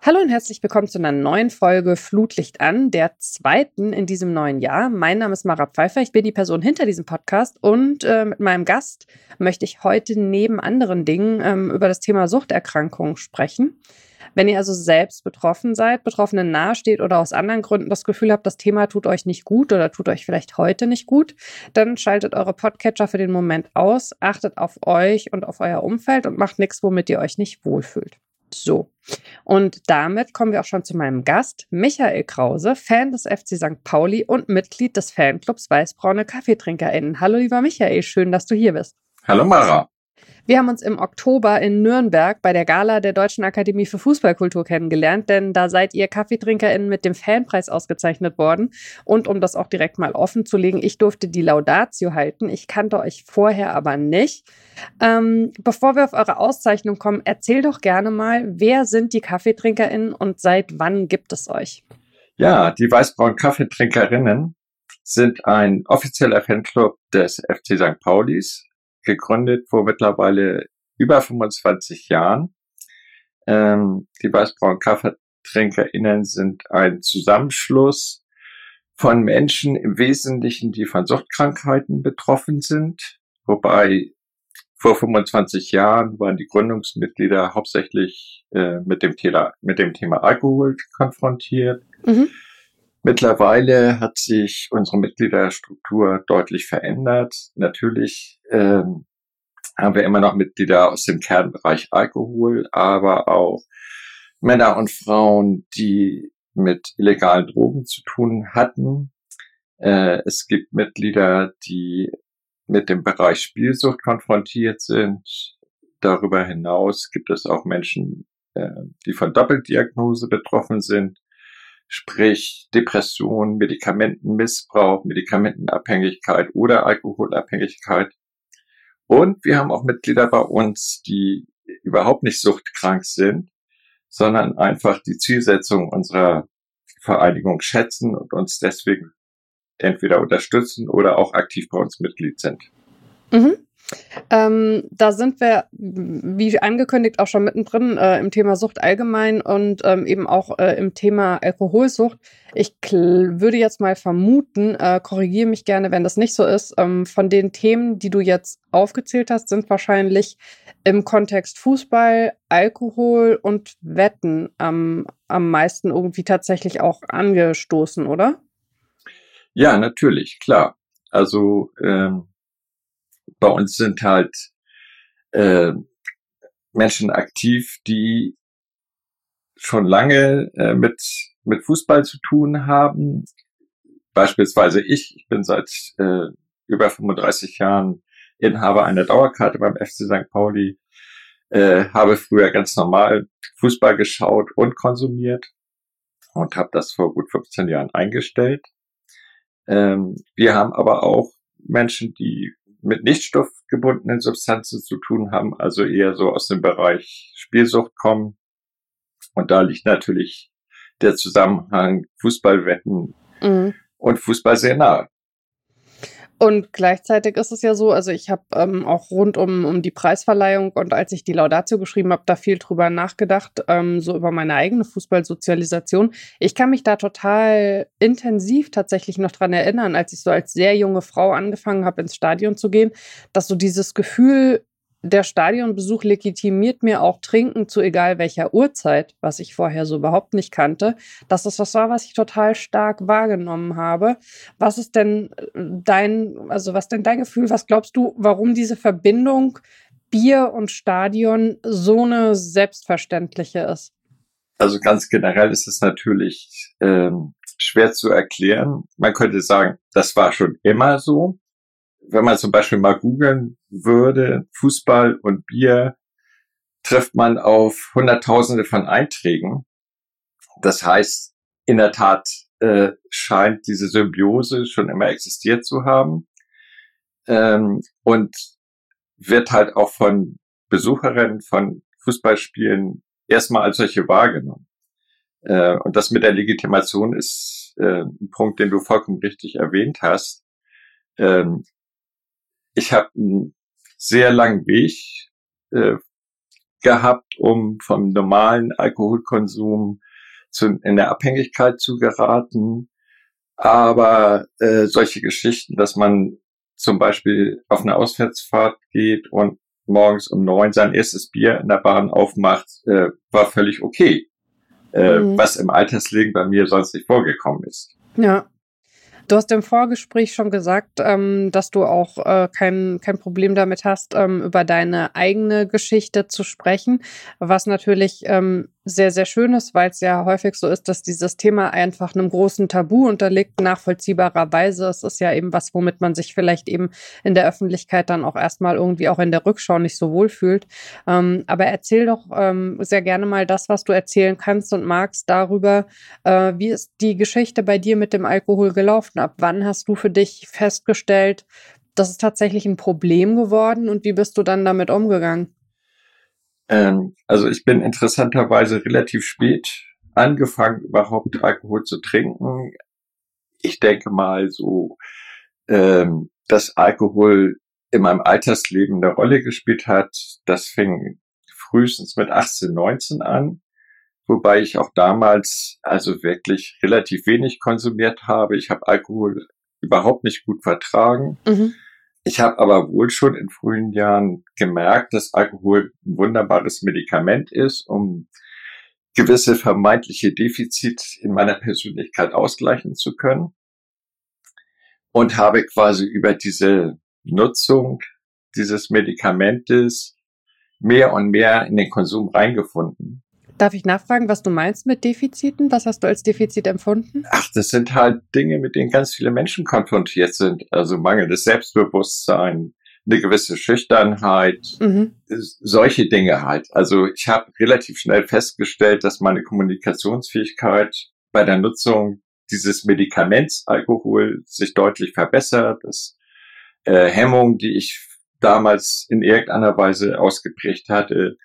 Hallo und herzlich willkommen zu einer neuen Folge Flutlicht an, der zweiten in diesem neuen Jahr. Mein Name ist Mara Pfeiffer, ich bin die Person hinter diesem Podcast und mit meinem Gast möchte ich heute neben anderen Dingen über das Thema Suchterkrankungen sprechen. Wenn ihr also selbst betroffen seid, Betroffenen nahesteht oder aus anderen Gründen das Gefühl habt, das Thema tut euch nicht gut oder tut euch vielleicht heute nicht gut, dann schaltet eure Podcatcher für den Moment aus, achtet auf euch und auf euer Umfeld und macht nichts, womit ihr euch nicht wohlfühlt. So, und damit kommen wir auch schon zu meinem Gast, Michael Krause, Fan des FC St. Pauli und Mitglied des Fanclubs Weißbraune KaffeetrinkerInnen. Hallo lieber Michael, schön, dass du hier bist. Hallo Mara. Wir haben uns im Oktober in Nürnberg bei der Gala der Deutschen Akademie für Fußballkultur kennengelernt, denn da seid ihr KaffeetrinkerInnen mit dem Fanpreis ausgezeichnet worden. Und um das auch direkt mal offen zu legen, ich durfte die Laudatio halten. Ich kannte euch vorher aber nicht. Bevor wir auf eure Auszeichnung kommen, erzähl doch gerne mal, wer sind die KaffeetrinkerInnen und seit wann gibt es euch? Ja, die Weißbraun Kaffeetrinkerinnen sind ein offizieller Fanclub des FC St. Paulis, gegründet vor mittlerweile über 25 Jahren. Die Weißbraun KaffeetrinkerInnen sind ein Zusammenschluss von Menschen im Wesentlichen, die von Suchtkrankheiten betroffen sind, wobei vor 25 Jahren waren die Gründungsmitglieder hauptsächlich mit dem Thema Alkohol konfrontiert. Mhm. Mittlerweile hat sich unsere Mitgliederstruktur deutlich verändert. Natürlich haben wir immer noch Mitglieder aus dem Kernbereich Alkohol, aber auch Männer und Frauen, die mit illegalen Drogen zu tun hatten. Es gibt Mitglieder, die mit dem Bereich Spielsucht konfrontiert sind. Darüber hinaus gibt es auch Menschen, die von Doppeldiagnose betroffen sind. Sprich Depression, Medikamentenmissbrauch, Medikamentenabhängigkeit oder Alkoholabhängigkeit. Und wir haben auch Mitglieder bei uns, die überhaupt nicht suchtkrank sind, sondern einfach die Zielsetzung unserer Vereinigung schätzen und uns deswegen entweder unterstützen oder auch aktiv bei uns Mitglied sind. Mhm. Da sind wir, wie angekündigt, auch schon mittendrin im Thema Sucht allgemein und eben auch im Thema Alkoholsucht. Ich würde jetzt mal vermuten, korrigiere mich gerne, wenn das nicht so ist, von den Themen, die du jetzt aufgezählt hast, sind wahrscheinlich im Kontext Fußball, Alkohol und Wetten am meisten irgendwie tatsächlich auch angestoßen, oder? Ja, natürlich, klar. Also bei uns sind halt Menschen aktiv, die schon lange mit Fußball zu tun haben. Beispielsweise ich bin seit über 35 Jahren Inhaber einer Dauerkarte beim FC St. Pauli, habe früher ganz normal Fußball geschaut und konsumiert und habe das vor gut 15 Jahren eingestellt. Wir haben aber auch Menschen, die mit nicht stoffgebundenen Substanzen zu tun haben, also eher so aus dem Bereich Spielsucht kommen. Und da liegt natürlich der Zusammenhang Fußballwetten und Fußball sehr nahe. Und gleichzeitig ist es ja so, also ich habe auch rund um die Preisverleihung und als ich die Laudatio geschrieben habe, da viel drüber nachgedacht, so über meine eigene Fußballsozialisation. Ich kann mich da total intensiv tatsächlich noch dran erinnern, als ich so als sehr junge Frau angefangen habe, ins Stadion zu gehen, dass so dieses Gefühl, der Stadionbesuch legitimiert mir auch Trinken zu egal welcher Uhrzeit, was ich vorher so überhaupt nicht kannte. Das ist was war, was ich total stark wahrgenommen habe. Was ist denn dein Gefühl? Was glaubst du, warum diese Verbindung Bier und Stadion so eine selbstverständliche ist? Also ganz generell ist es natürlich schwer zu erklären. Man könnte sagen, das war schon immer so. Wenn man zum Beispiel mal googeln würde, Fußball und Bier, trifft man auf Hunderttausende von Einträgen. Das heißt, in der Tat scheint diese Symbiose schon immer existiert zu haben und wird halt auch von Besucherinnen von Fußballspielen erstmal als solche wahrgenommen. Und das mit der Legitimation ist ein Punkt, den du vollkommen richtig erwähnt hast. Ich habe einen sehr langen Weg gehabt, um vom normalen Alkoholkonsum in der Abhängigkeit zu geraten. Aber solche Geschichten, dass man zum Beispiel auf eine Auswärtsfahrt geht und morgens um 9 sein erstes Bier in der Bahn aufmacht, war völlig okay. Was im Altersleben bei mir sonst nicht vorgekommen ist. Ja. Du hast im Vorgespräch schon gesagt, dass du auch kein Problem damit hast, über deine eigene Geschichte zu sprechen, was natürlich sehr, sehr schön ist, weil es ja häufig so ist, dass dieses Thema einfach einem großen Tabu unterliegt, nachvollziehbarerweise. Es ist ja eben was, womit man sich vielleicht eben in der Öffentlichkeit dann auch erstmal irgendwie auch in der Rückschau nicht so wohl fühlt. Aber erzähl doch sehr gerne mal das, was du erzählen kannst und magst darüber, wie ist die Geschichte bei dir mit dem Alkohol gelaufen? Ab wann hast du für dich festgestellt, das ist tatsächlich ein Problem geworden und wie bist du dann damit umgegangen? Also ich bin interessanterweise relativ spät angefangen, überhaupt Alkohol zu trinken. Ich denke mal so, dass Alkohol in meinem Altersleben eine Rolle gespielt hat. Das fing frühestens mit 18, 19 an, wobei ich auch damals also wirklich relativ wenig konsumiert habe. Ich habe Alkohol überhaupt nicht gut vertragen. Ich habe aber wohl schon in frühen Jahren gemerkt, dass Alkohol ein wunderbares Medikament ist, um gewisse vermeintliche Defizite in meiner Persönlichkeit ausgleichen zu können. Und habe quasi über diese Nutzung dieses Medikamentes mehr und mehr in den Konsum reingefunden. Darf ich nachfragen, was du meinst mit Defiziten? Was hast du als Defizit empfunden? Ach, das sind halt Dinge, mit denen ganz viele Menschen konfrontiert sind. Also mangelndes Selbstbewusstsein, eine gewisse Schüchternheit, solche Dinge halt. Also ich habe relativ schnell festgestellt, dass meine Kommunikationsfähigkeit bei der Nutzung dieses Medikaments Alkohol sich deutlich verbessert. Das Hemmung, die ich damals in irgendeiner Weise ausgeprägt hatte,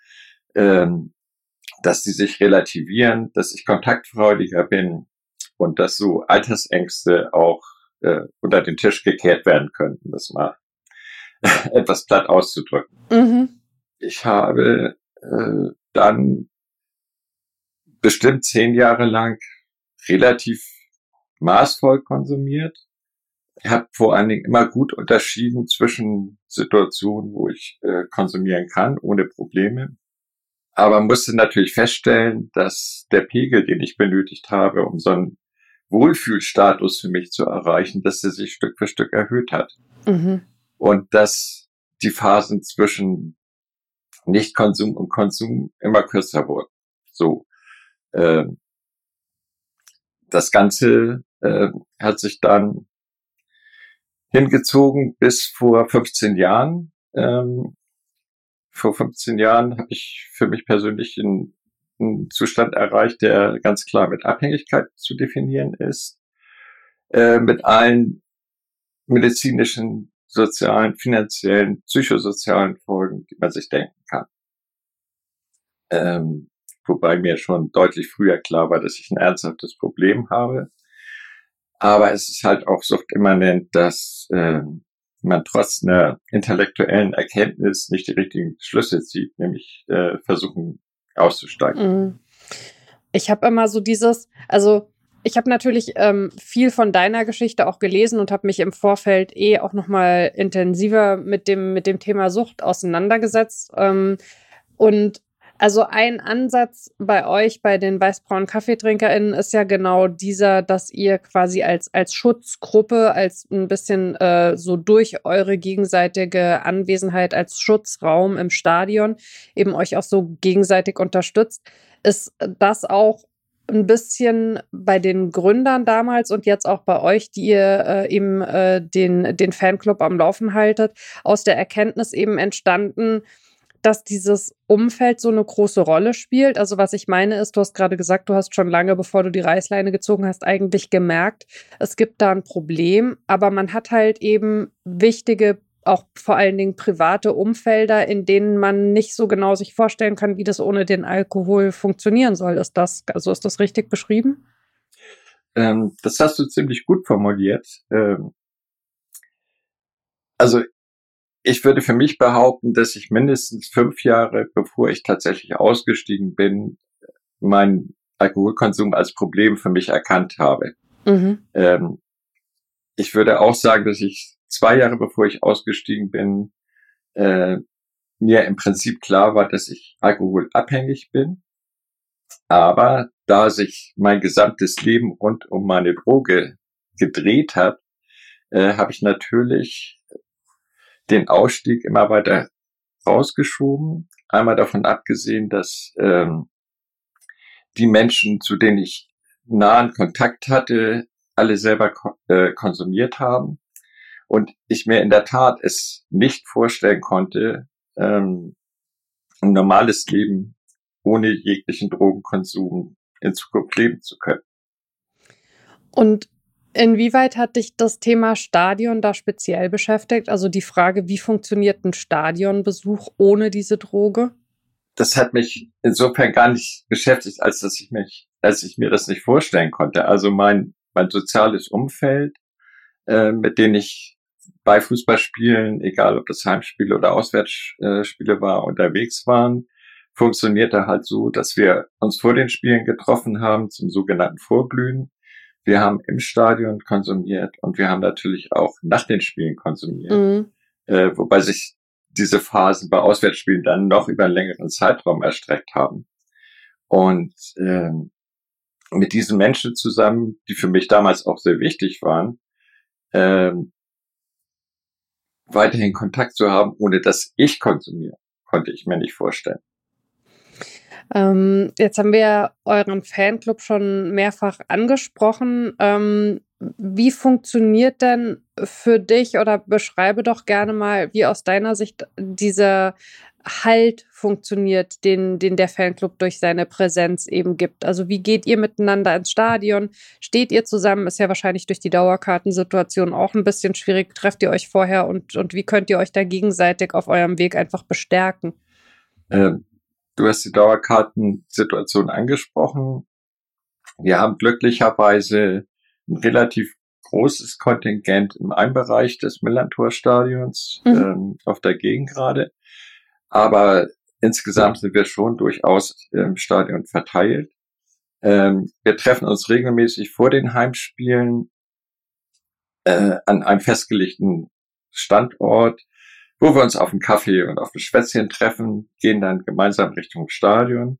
dass die sich relativieren, dass ich kontaktfreudiger bin und dass so Altersängste auch unter den Tisch gekehrt werden könnten, das mal etwas platt auszudrücken. Ich habe dann bestimmt 10 Jahre lang relativ maßvoll konsumiert. Ich habe vor allen Dingen immer gut unterschieden zwischen Situationen, wo ich konsumieren kann, ohne Probleme. Aber musste natürlich feststellen, dass der Pegel, den ich benötigt habe, um so einen Wohlfühlstatus für mich zu erreichen, dass er sich Stück für Stück erhöht hat. Und dass die Phasen zwischen Nichtkonsum und Konsum immer kürzer wurden. So, das Ganze hat sich dann hingezogen bis vor 15 Jahren. Vor 15 Jahren habe ich für mich persönlich einen Zustand erreicht, der ganz klar mit Abhängigkeit zu definieren ist, mit allen medizinischen, sozialen, finanziellen, psychosozialen Folgen, die man sich denken kann. Wobei mir schon deutlich früher klar war, dass ich ein ernsthaftes Problem habe. Aber es ist halt auch suchtimmanent, dass man trotz einer intellektuellen Erkenntnis nicht die richtigen Schlüsse zieht, nämlich versuchen auszusteigen. Ich habe immer so ich habe natürlich viel von deiner Geschichte auch gelesen und habe mich im Vorfeld auch nochmal intensiver mit dem Thema Sucht auseinandergesetzt. Und also ein Ansatz bei euch, bei den weißbraunen KaffeetrinkerInnen, ist ja genau dieser, dass ihr quasi als Schutzgruppe, als ein bisschen so durch eure gegenseitige Anwesenheit als Schutzraum im Stadion eben euch auch so gegenseitig unterstützt. Ist das auch ein bisschen bei den Gründern damals und jetzt auch bei euch, die ihr eben den Fanclub am Laufen haltet, aus der Erkenntnis eben entstanden, dass dieses Umfeld so eine große Rolle spielt? Also was ich meine ist, du hast gerade gesagt, du hast schon lange, bevor du die Reißleine gezogen hast, eigentlich gemerkt, es gibt da ein Problem, aber man hat halt eben wichtige, auch vor allen Dingen private Umfelder, in denen man nicht so genau sich vorstellen kann, wie das ohne den Alkohol funktionieren soll. Ist das richtig beschrieben? Das hast du ziemlich gut formuliert. Also Ich würde für mich behaupten, dass ich mindestens 5 Jahre, bevor ich tatsächlich ausgestiegen bin, meinen Alkoholkonsum als Problem für mich erkannt habe. Mhm. Ich würde auch sagen, dass ich 2 Jahre, bevor ich ausgestiegen bin, mir im Prinzip klar war, dass ich alkoholabhängig bin. Aber da sich mein gesamtes Leben rund um meine Droge gedreht hat, habe ich natürlich den Ausstieg immer weiter rausgeschoben. Einmal davon abgesehen, dass die Menschen, zu denen ich nahen Kontakt hatte, alle selber konsumiert haben. Und ich mir in der Tat es nicht vorstellen konnte, ein normales Leben ohne jeglichen Drogenkonsum in Zukunft leben zu können. Und inwieweit hat dich das Thema Stadion da speziell beschäftigt? Also die Frage, wie funktioniert ein Stadionbesuch ohne diese Droge? Das hat mich insofern gar nicht beschäftigt, als ich mir das nicht vorstellen konnte. Also mein soziales Umfeld, mit dem ich bei Fußballspielen, egal ob das Heimspiele oder Auswärtsspiele war, unterwegs waren, funktionierte halt so, dass wir uns vor den Spielen getroffen haben zum sogenannten Vorglühen. Wir haben im Stadion konsumiert und wir haben natürlich auch nach den Spielen konsumiert, wobei sich diese Phasen bei Auswärtsspielen dann noch über einen längeren Zeitraum erstreckt haben. Und mit diesen Menschen zusammen, die für mich damals auch sehr wichtig waren, weiterhin Kontakt zu haben, ohne dass ich konsumiere, konnte ich mir nicht vorstellen. Jetzt haben wir euren Fanclub schon mehrfach angesprochen. Wie funktioniert denn für dich oder beschreibe doch gerne mal, wie aus deiner Sicht dieser Halt funktioniert, den der Fanclub durch seine Präsenz eben gibt? Also wie geht ihr miteinander ins Stadion? Steht ihr zusammen? Ist ja wahrscheinlich durch die Dauerkartensituation auch ein bisschen schwierig. Trefft ihr euch vorher und wie könnt ihr euch da gegenseitig auf eurem Weg einfach bestärken? Du hast die Dauerkartensituation angesprochen. Wir haben glücklicherweise ein relativ großes Kontingent im Einbereich des Millerntor-Stadions auf der Gegengrade. Aber insgesamt sind wir schon durchaus im Stadion verteilt. Wir treffen uns regelmäßig vor den Heimspielen an einem festgelegten Standort, wo wir uns auf einen Kaffee und auf ein Schwätzchen treffen, gehen dann gemeinsam Richtung Stadion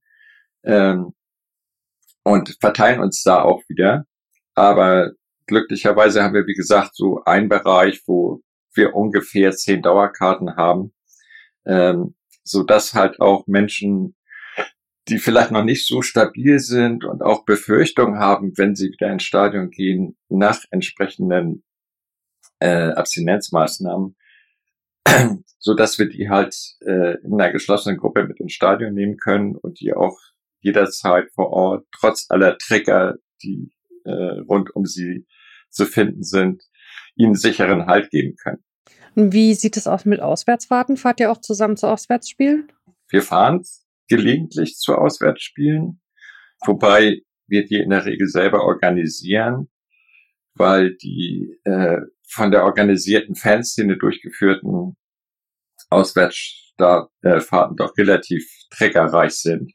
und verteilen uns da auch wieder. Aber glücklicherweise haben wir, wie gesagt, so einen Bereich, wo wir ungefähr 10 Dauerkarten haben, so dass halt auch Menschen, die vielleicht noch nicht so stabil sind und auch Befürchtungen haben, wenn sie wieder ins Stadion gehen, nach entsprechenden Abstinenzmaßnahmen, so dass wir die halt in einer geschlossenen Gruppe mit ins Stadion nehmen können und die auch jederzeit vor Ort, trotz aller Trigger, die rund um sie zu finden sind, ihnen sicheren Halt geben können. Wie sieht es aus mit Auswärtsfahrten? Fahrt ihr auch zusammen zu Auswärtsspielen? Wir fahren gelegentlich zu Auswärtsspielen, wobei wir die in der Regel selber organisieren, weil die von der organisierten Fanszene durchgeführten Auswärtsfahrten doch relativ triggerreich sind.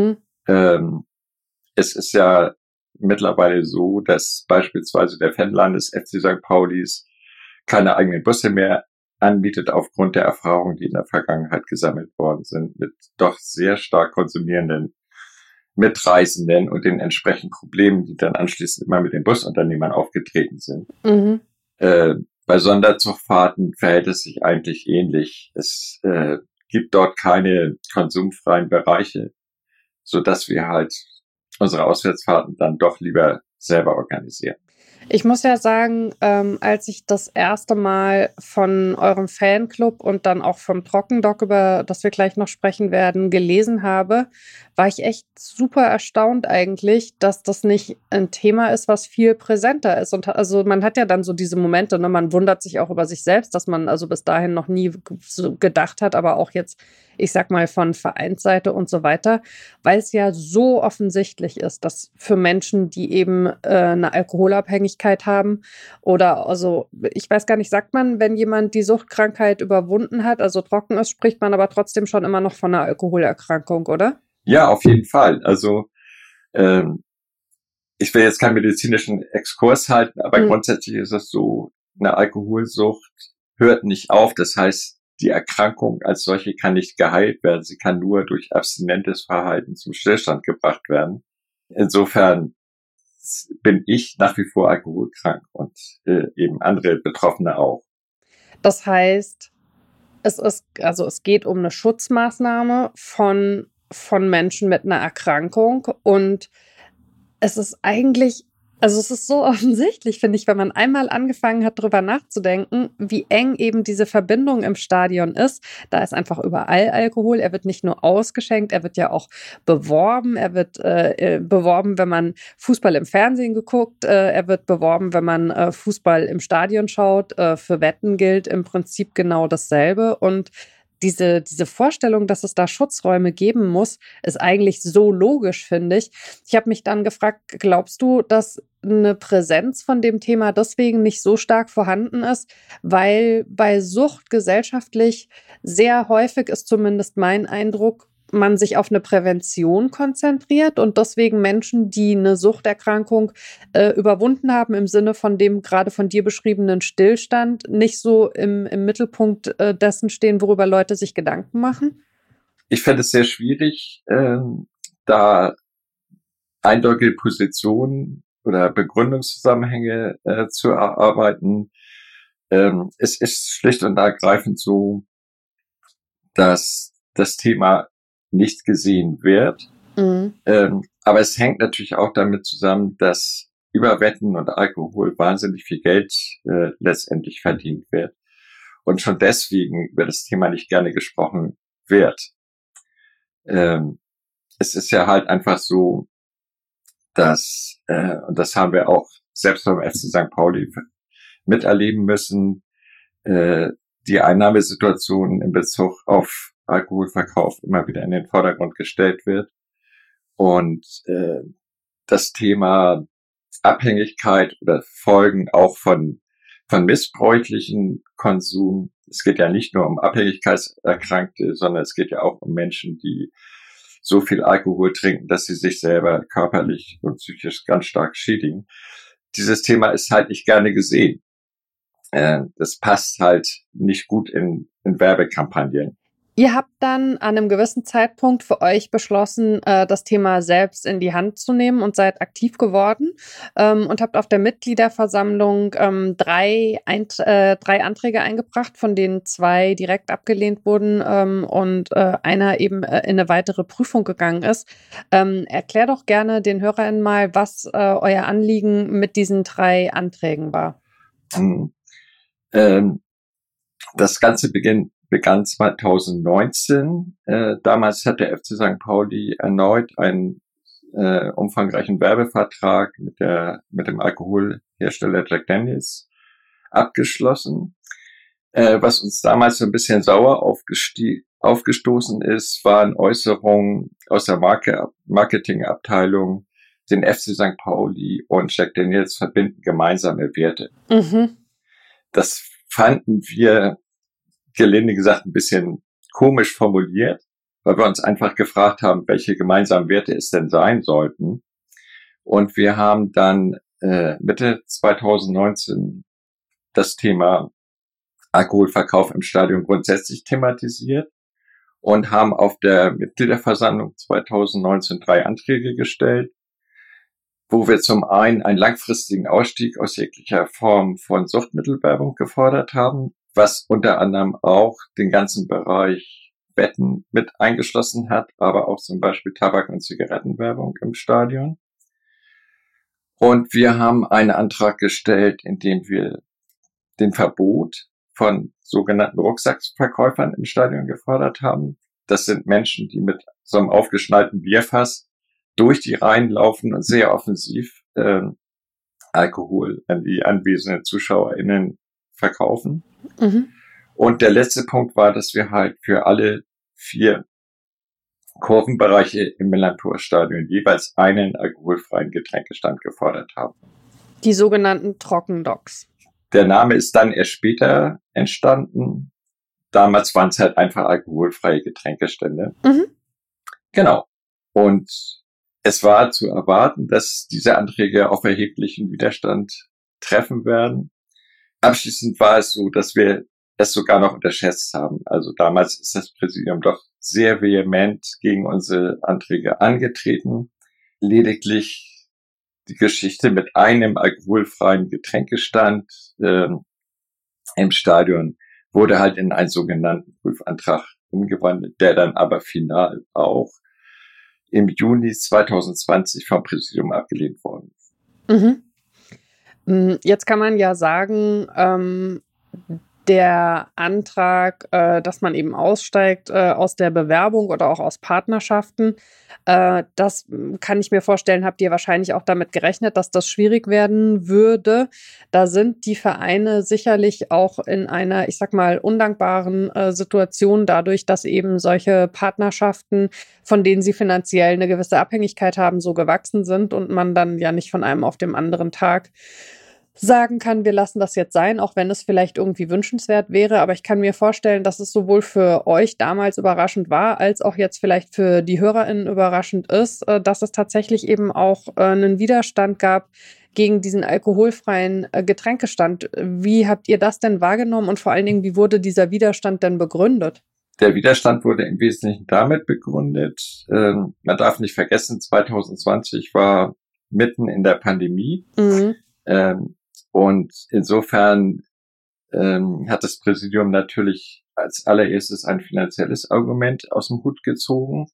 Es ist ja mittlerweile so, dass beispielsweise der Fanladen des FC St. Paulis keine eigenen Busse mehr anbietet aufgrund der Erfahrungen, die in der Vergangenheit gesammelt worden sind, mit doch sehr stark konsumierenden Mitreisenden und den entsprechenden Problemen, die dann anschließend immer mit den Busunternehmern aufgetreten sind. Bei Sonderzugfahrten verhält es sich eigentlich ähnlich. Es gibt dort keine konsumfreien Bereiche, so dass wir halt unsere Auswärtsfahrten dann doch lieber selber organisieren. Ich muss ja sagen, als ich das erste Mal von eurem Fanclub und dann auch vom Trockendock, über das wir gleich noch sprechen werden, gelesen habe, war ich echt super erstaunt eigentlich, dass das nicht ein Thema ist, was viel präsenter ist. Und also man hat ja dann so diese Momente, ne, man wundert sich auch über sich selbst, dass man also bis dahin noch nie so gedacht hat, aber auch jetzt, ich sag mal, von Vereinsseite und so weiter, weil es ja so offensichtlich ist, dass für Menschen, die eben eine Alkoholabhängigkeit haben oder also, ich weiß gar nicht, sagt man, wenn jemand die Suchtkrankheit überwunden hat, also trocken ist, spricht man aber trotzdem schon immer noch von einer Alkoholerkrankung, oder? Ja, auf jeden Fall. Also ich will jetzt keinen medizinischen Exkurs halten, aber grundsätzlich ist es so, eine Alkoholsucht hört nicht auf. Das heißt, die Erkrankung als solche kann nicht geheilt werden. Sie kann nur durch abstinentes Verhalten zum Stillstand gebracht werden. Insofern bin ich nach wie vor alkoholkrank und eben andere Betroffene auch. Das heißt, es geht um eine Schutzmaßnahme von Menschen mit einer Erkrankung und es ist eigentlich, also es ist so offensichtlich, finde ich, wenn man einmal angefangen hat, drüber nachzudenken, wie eng eben diese Verbindung im Stadion ist. Da ist einfach überall Alkohol. Er wird nicht nur ausgeschenkt, er wird ja auch beworben. Er wird beworben, wenn man Fußball im Fernsehen geguckt. Er wird beworben, wenn man Fußball im Stadion schaut. Für Wetten gilt im Prinzip genau dasselbe. Und diese Vorstellung, dass es da Schutzräume geben muss, ist eigentlich so logisch, finde ich. Ich habe mich dann gefragt, glaubst du, dass eine Präsenz von dem Thema deswegen nicht so stark vorhanden ist, weil bei Sucht gesellschaftlich sehr häufig ist zumindest mein Eindruck, man sich auf eine Prävention konzentriert und deswegen Menschen, die eine Suchterkrankung überwunden haben, im Sinne von dem gerade von dir beschriebenen Stillstand, nicht so im Mittelpunkt dessen stehen, worüber Leute sich Gedanken machen? Ich fände es sehr schwierig, da eindeutige Positionen oder Begründungszusammenhänge zu erarbeiten. Es ist schlicht und ergreifend so, dass das Thema nicht gesehen wird. Mhm. Aber es hängt natürlich auch damit zusammen, dass über Wetten und Alkohol wahnsinnig viel Geld letztendlich verdient wird. Und schon deswegen über das Thema nicht gerne gesprochen wird. Es ist ja halt einfach so, dass, und das haben wir auch selbst beim FC St. Pauli miterleben müssen, die Einnahmesituation in Bezug auf Alkoholverkauf immer wieder in den Vordergrund gestellt wird. Und das Thema Abhängigkeit oder Folgen auch von missbräuchlichen Konsum. Es geht ja nicht nur um Abhängigkeitserkrankte, sondern es geht ja auch um Menschen, die so viel Alkohol trinken, dass sie sich selber körperlich und psychisch ganz stark schädigen. Dieses Thema ist halt nicht gerne gesehen. Das passt halt nicht gut in Werbekampagnen. Ihr habt dann an einem gewissen Zeitpunkt für euch beschlossen, das Thema selbst in die Hand zu nehmen und seid aktiv geworden und habt auf der Mitgliederversammlung drei Anträge eingebracht, von denen 2 direkt abgelehnt wurden und einer eben in eine weitere Prüfung gegangen ist. Erklär doch gerne den HörerInnen mal, was euer Anliegen mit diesen 3 Anträgen war. Das Ganze begann 2019. Damals hat der FC St. Pauli erneut einen umfangreichen Werbevertrag mit dem Alkoholhersteller Jack Daniels abgeschlossen. Was uns damals so ein bisschen sauer aufgestoßen ist, waren Äußerungen aus der Marketingabteilung, den FC St. Pauli und Jack Daniels verbinden gemeinsame Werte. Mhm. Das fanden wir, gelinde gesagt, ein bisschen komisch formuliert, weil wir uns einfach gefragt haben, welche gemeinsamen Werte es denn sein sollten. Und wir haben dann Mitte 2019 das Thema Alkoholverkauf im Stadion grundsätzlich thematisiert und haben auf der Mitgliederversammlung 2019 3 Anträge gestellt, wo wir zum einen einen langfristigen Ausstieg aus jeglicher Form von Suchtmittelwerbung gefordert haben, was unter anderem auch den ganzen Bereich Wetten mit eingeschlossen hat, aber auch zum Beispiel Tabak- und Zigarettenwerbung im Stadion. Und wir haben einen Antrag gestellt, in dem wir den Verbot von sogenannten Rucksackverkäufern im Stadion gefordert haben. Das sind Menschen, die mit so einem aufgeschnallten Bierfass durch die Reihen laufen und sehr offensiv Alkohol an die anwesenden ZuschauerInnen verkaufen. Mhm. Und der letzte Punkt war, dass wir halt für alle 4 Kurvenbereiche im Millantor-Stadion jeweils einen alkoholfreien Getränkestand gefordert haben. Die sogenannten Trockendocs. Der Name ist dann erst später entstanden. Damals waren es halt einfach alkoholfreie Getränkestände. Mhm. Genau. Und es war zu erwarten, dass diese Anträge auf erheblichen Widerstand treffen werden. Abschließend war es so, dass wir es sogar noch unterschätzt haben. Also damals ist das Präsidium doch sehr vehement gegen unsere Anträge angetreten. Lediglich die Geschichte mit einem alkoholfreien Getränkestand im Stadion wurde halt in einen sogenannten Prüfantrag umgewandelt, der dann aber final auch im Juni 2020 vom Präsidium abgelehnt worden ist. Mhm. Jetzt kann man ja sagen, der Antrag, dass man eben aussteigt aus der Bewerbung oder auch aus Partnerschaften, das kann ich mir vorstellen, habt ihr wahrscheinlich auch damit gerechnet, dass das schwierig werden würde. Da sind die Vereine sicherlich auch in einer, ich sag mal, undankbaren Situation dadurch, dass eben solche Partnerschaften, von denen sie finanziell eine gewisse Abhängigkeit haben, so gewachsen sind und man dann ja nicht von einem auf dem anderen Tag sagen kann, wir lassen das jetzt sein, auch wenn es vielleicht irgendwie wünschenswert wäre. Aber ich kann mir vorstellen, dass es sowohl für euch damals überraschend war, als auch jetzt vielleicht für die HörerInnen überraschend ist, dass es tatsächlich eben auch einen Widerstand gab gegen diesen alkoholfreien Getränkestand. Wie habt ihr das denn wahrgenommen und vor allen Dingen, wie wurde dieser Widerstand denn begründet? Der Widerstand wurde im Wesentlichen damit begründet. Man darf nicht vergessen, 2020 war mitten in der Pandemie. Mhm. Und insofern hat das Präsidium natürlich als allererstes ein finanzielles Argument aus dem Hut gezogen.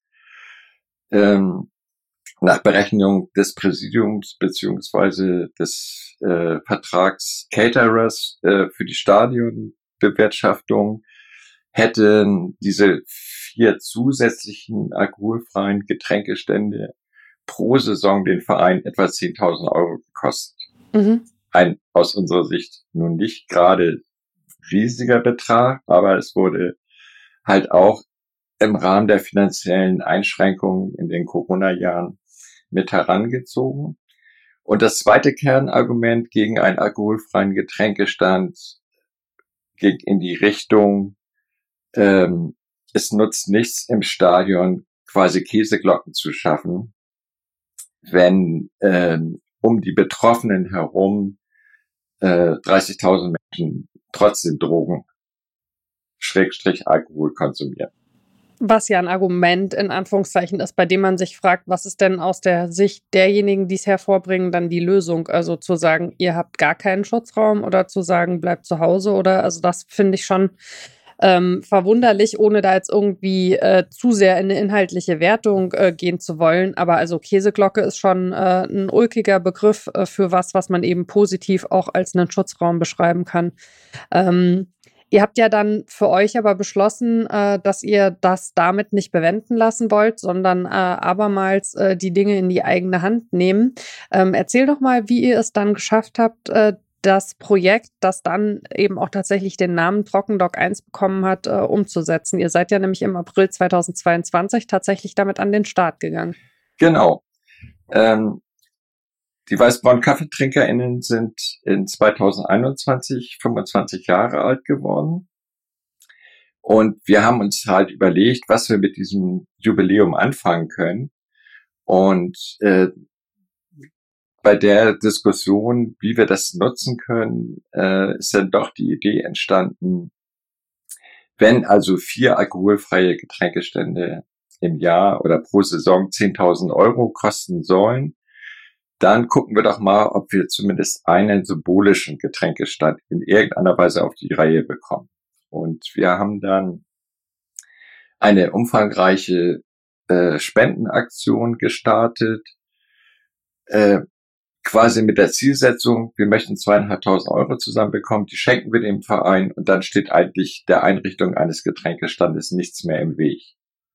Nach Berechnung des Präsidiums beziehungsweise des Vertrags Caterers für die Stadionbewirtschaftung hätten diese 4 zusätzlichen alkoholfreien Getränkestände pro Saison den Verein etwa 10.000 Euro gekostet. Mhm. Ein aus unserer Sicht nun nicht gerade riesiger Betrag, aber es wurde halt auch im Rahmen der finanziellen Einschränkungen in den Corona-Jahren mit herangezogen. Und das zweite Kernargument gegen einen alkoholfreien Getränkestand ging in die Richtung, es nutzt nichts im Stadion quasi Käseglocken zu schaffen, wenn um die Betroffenen herum 30.000 Menschen trotzdem Drogen / Alkohol konsumieren. Was ja ein Argument in Anführungszeichen ist, bei dem man sich fragt, was ist denn aus der Sicht derjenigen, die es hervorbringen, dann die Lösung? Also zu sagen, ihr habt gar keinen Schutzraum oder zu sagen, bleibt zu Hause oder, also das finde ich schon verwunderlich, ohne da jetzt irgendwie zu sehr in eine inhaltliche Wertung gehen zu wollen. Aber also Käseglocke ist schon ein ulkiger Begriff für was man eben positiv auch als einen Schutzraum beschreiben kann. Ihr habt ja dann für euch aber beschlossen, dass ihr das damit nicht bewenden lassen wollt, sondern abermals die Dinge in die eigene Hand nehmen. Erzähl doch mal, wie ihr es dann geschafft habt, das Projekt, das dann eben auch tatsächlich den Namen Trockendoc 1 bekommen hat, umzusetzen. Ihr seid ja nämlich im April 2022 tatsächlich damit an den Start gegangen. Genau. Die Weißbraun-KaffeetrinkerInnen sind in 2021 25 Jahre alt geworden. Und wir haben uns halt überlegt, was wir mit diesem Jubiläum anfangen können. Und bei der Diskussion, wie wir das nutzen können, ist dann doch die Idee entstanden, wenn also 4 alkoholfreie Getränkestände im Jahr oder pro Saison 10.000 Euro kosten sollen, dann gucken wir doch mal, ob wir zumindest einen symbolischen Getränkestand in irgendeiner Weise auf die Reihe bekommen. Und wir haben dann eine umfangreiche Spendenaktion gestartet, quasi mit der Zielsetzung, wir möchten 2.500 Euro zusammenbekommen, die schenken wir dem Verein und dann steht eigentlich der Einrichtung eines Getränkestandes nichts mehr im Weg.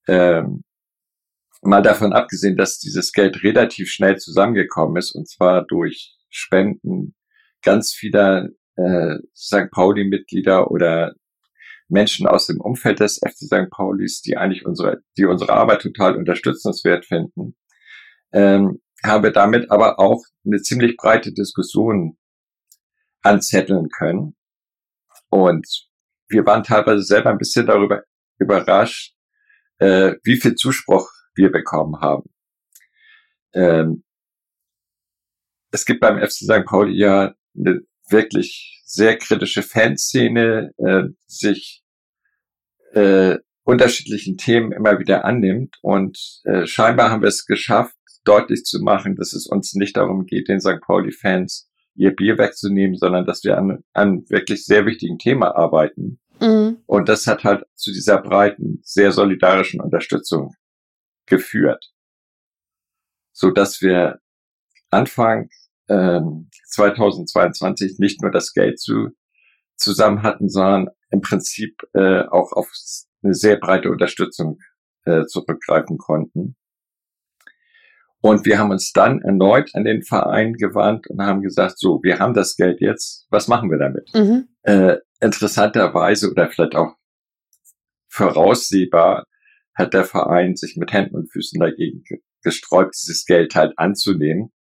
Mal davon abgesehen, dass dieses Geld relativ schnell zusammengekommen ist, und zwar durch Spenden ganz vieler St. Pauli-Mitglieder oder Menschen aus dem Umfeld des FC St. Paulis, die eigentlich unsere Arbeit total unterstützenswert finden, haben wir damit aber auch eine ziemlich breite Diskussion anzetteln können. Und wir waren teilweise selber ein bisschen darüber überrascht, wie viel Zuspruch wir bekommen haben. Es gibt beim FC St. Pauli ja eine wirklich sehr kritische Fanszene, sich unterschiedlichen Themen immer wieder annimmt. Und scheinbar haben wir es geschafft, deutlich zu machen, dass es uns nicht darum geht, den St. Pauli-Fans ihr Bier wegzunehmen, sondern dass wir an wirklich sehr wichtigen Thema arbeiten. Mhm. Und das hat halt zu dieser breiten, sehr solidarischen Unterstützung geführt, so dass wir Anfang 2022 nicht nur das Geld zusammen hatten, sondern im Prinzip auch auf eine sehr breite Unterstützung zurückgreifen konnten. Und wir haben uns dann erneut an den Verein gewandt und haben gesagt, so, wir haben das Geld jetzt, was machen wir damit? Mhm. Interessanterweise oder vielleicht auch voraussehbar hat der Verein sich mit Händen und Füßen dagegen gesträubt, dieses Geld halt anzunehmen.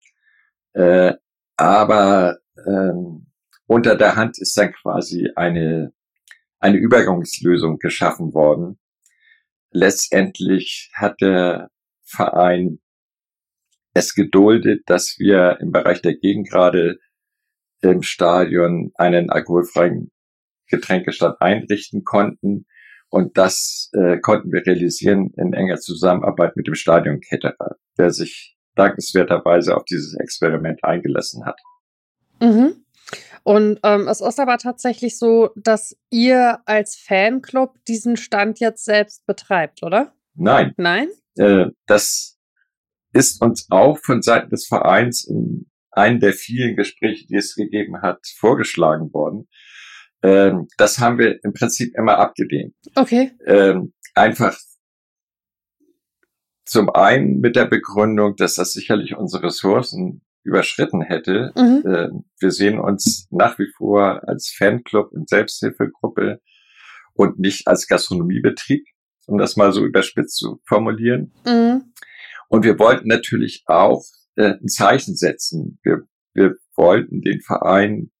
Aber unter der Hand ist dann quasi eine Übergangslösung geschaffen worden. Letztendlich hat der Verein es geduldet, dass wir im Bereich der Gegengrade im Stadion einen alkoholfreien Getränkestand einrichten konnten. Und das konnten wir realisieren in enger Zusammenarbeit mit dem Stadion-Caterer, der sich dankenswerterweise auf dieses Experiment eingelassen hat. Mhm. Und es ist aber tatsächlich so, dass ihr als Fanclub diesen Stand jetzt selbst betreibt, oder? Nein. Nein? Das ist uns auch von Seiten des Vereins in einem der vielen Gespräche, die es gegeben hat, vorgeschlagen worden. Das haben wir im Prinzip immer abgelehnt. Okay. Einfach zum einen mit der Begründung, dass das sicherlich unsere Ressourcen überschritten hätte. Mhm. Wir sehen uns nach wie vor als Fanclub und Selbsthilfegruppe und nicht als Gastronomiebetrieb, um das mal so überspitzt zu formulieren. Mhm. Und wir wollten natürlich auch ein Zeichen setzen. Wir wollten den Verein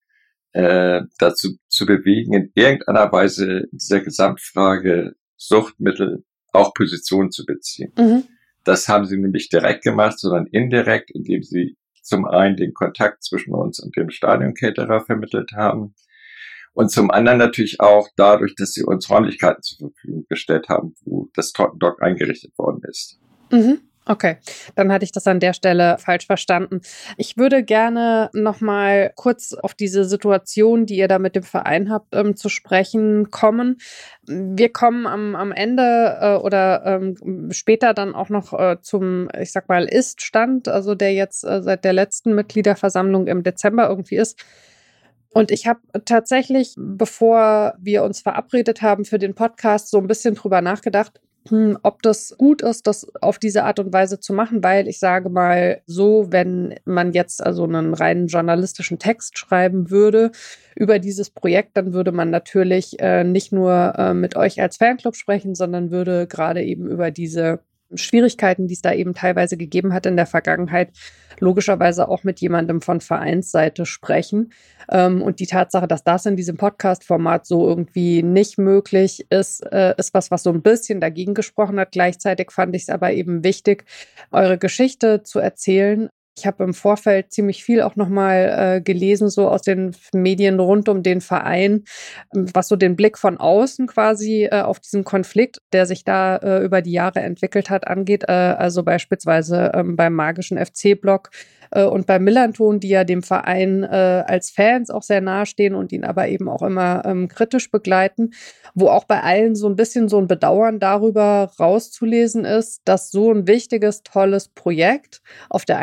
dazu zu bewegen, in irgendeiner Weise in dieser Gesamtfrage Suchtmittel auch Position zu beziehen. Mhm. Das haben sie nun nicht direkt gemacht, sondern indirekt, indem sie zum einen den Kontakt zwischen uns und dem Stadion-Caterer vermittelt haben und zum anderen natürlich auch dadurch, dass sie uns Räumlichkeiten zur Verfügung gestellt haben, wo das Totten-Dog eingerichtet worden ist. Mhm. Okay, dann hatte ich das an der Stelle falsch verstanden. Ich würde gerne nochmal kurz auf diese Situation, die ihr da mit dem Verein habt, zu sprechen kommen. Wir kommen am Ende oder später dann auch noch zum, ich sag mal, Ist-Stand, also der jetzt seit der letzten Mitgliederversammlung im Dezember irgendwie ist. Und ich habe tatsächlich, bevor wir uns verabredet haben für den Podcast, so ein bisschen drüber nachgedacht, ob das gut ist, das auf diese Art und Weise zu machen, weil ich sage mal so, wenn man jetzt also einen reinen journalistischen Text schreiben würde über dieses Projekt, dann würde man natürlich nicht nur mit euch als Fanclub sprechen, sondern würde gerade eben über diese Schwierigkeiten, die es da eben teilweise gegeben hat in der Vergangenheit, logischerweise auch mit jemandem von Vereinsseite sprechen. Und die Tatsache, dass das in diesem Podcast-Format so irgendwie nicht möglich ist, ist was so ein bisschen dagegen gesprochen hat. Gleichzeitig fand ich es aber eben wichtig, eure Geschichte zu erzählen. Ich habe im Vorfeld ziemlich viel auch nochmal gelesen, so aus den Medien rund um den Verein, was so den Blick von außen quasi auf diesen Konflikt, der sich da über die Jahre entwickelt hat, angeht. Also beispielsweise beim magischen FC-Blog und bei Millanton, die ja dem Verein als Fans auch sehr nahestehen und ihn aber eben auch immer kritisch begleiten, wo auch bei allen so ein bisschen so ein Bedauern darüber rauszulesen ist, dass so ein wichtiges, tolles Projekt auf der einen Seite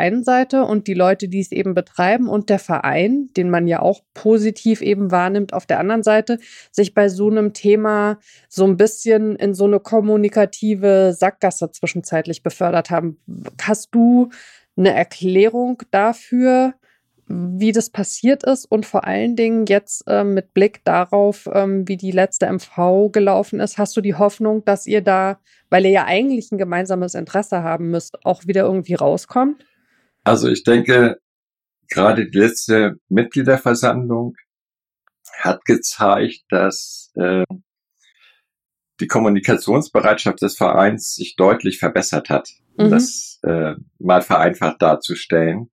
Seite und die Leute, die es eben betreiben und der Verein, den man ja auch positiv eben wahrnimmt auf der anderen Seite, sich bei so einem Thema so ein bisschen in so eine kommunikative Sackgasse zwischenzeitlich befördert haben. Hast du eine Erklärung dafür, wie das passiert ist und vor allen Dingen jetzt mit Blick darauf, wie die letzte MV gelaufen ist, hast du die Hoffnung, dass ihr da, weil ihr ja eigentlich ein gemeinsames Interesse haben müsst, auch wieder irgendwie rauskommt? Also ich denke, gerade die letzte Mitgliederversammlung hat gezeigt, dass die Kommunikationsbereitschaft des Vereins sich deutlich verbessert hat, um das mal vereinfacht darzustellen.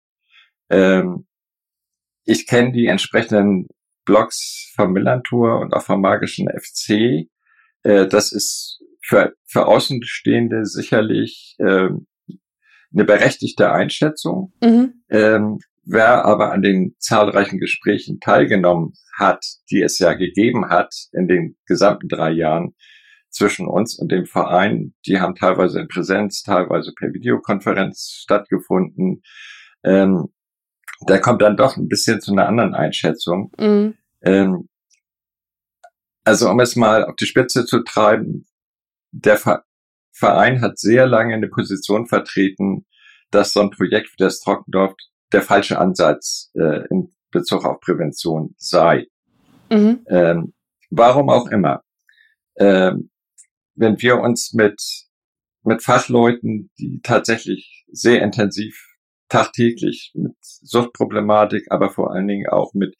Ich kenne die entsprechenden Blogs vom Millantor und auch vom Magischen FC. Das ist für Außenstehende sicherlich eine berechtigte Einschätzung. Wer aber an den zahlreichen Gesprächen teilgenommen hat, die es ja gegeben hat in den gesamten 3 Jahren zwischen uns und dem Verein, die haben teilweise in Präsenz, teilweise per Videokonferenz stattgefunden, der kommt dann doch ein bisschen zu einer anderen Einschätzung. Also um es mal auf die Spitze zu treiben, der Verein hat sehr lange eine Position vertreten, dass so ein Projekt wie das Trockendorf der falsche Ansatz in Bezug auf Prävention sei. Warum auch immer. Wenn wir uns mit Fachleuten, die tatsächlich sehr intensiv tagtäglich mit Suchtproblematik, aber vor allen Dingen auch mit,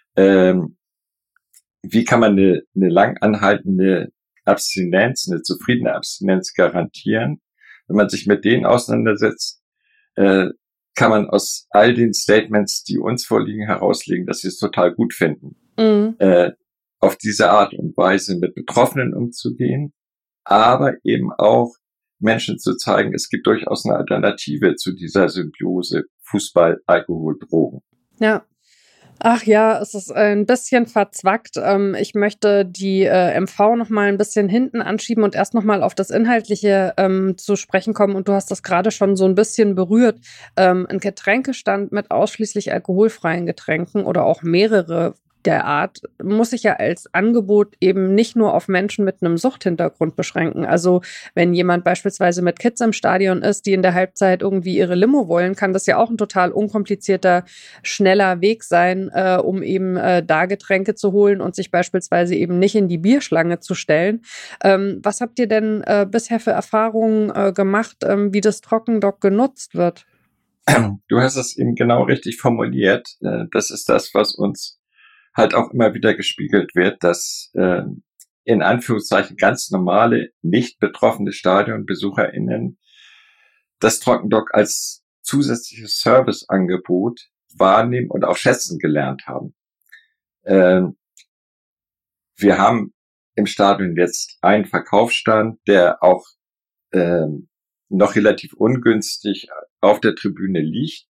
wie kann man eine lang anhaltende Abstinenz, eine zufriedene Abstinenz garantieren. Wenn man sich mit denen auseinandersetzt, kann man aus all den Statements, die uns vorliegen, herauslegen, dass sie es total gut finden, auf diese Art und Weise mit Betroffenen umzugehen, aber eben auch Menschen zu zeigen, es gibt durchaus eine Alternative zu dieser Symbiose Fußball, Alkohol, Drogen. Ja. Ach ja, es ist ein bisschen verzwackt. Ich möchte die MV noch mal ein bisschen hinten anschieben und erst noch mal auf das Inhaltliche zu sprechen kommen. Und du hast das gerade schon so ein bisschen berührt. Ein Getränkestand mit ausschließlich alkoholfreien Getränken oder auch mehrere der Art muss sich ja als Angebot eben nicht nur auf Menschen mit einem Suchthintergrund beschränken. Also wenn jemand beispielsweise mit Kids im Stadion ist, die in der Halbzeit irgendwie ihre Limo wollen, kann das ja auch ein total unkomplizierter, schneller Weg sein, um eben da Getränke zu holen und sich beispielsweise eben nicht in die Bierschlange zu stellen. Was habt ihr denn bisher für Erfahrungen gemacht, wie das Trockendock genutzt wird? Du hast es eben genau richtig formuliert. Das ist das, was uns halt auch immer wieder gespiegelt wird, dass in Anführungszeichen ganz normale, nicht betroffene StadionbesucherInnen das Trockendock als zusätzliches Serviceangebot wahrnehmen und auch schätzen gelernt haben. Wir haben im Stadion jetzt einen Verkaufsstand, der auch noch relativ ungünstig auf der Tribüne liegt.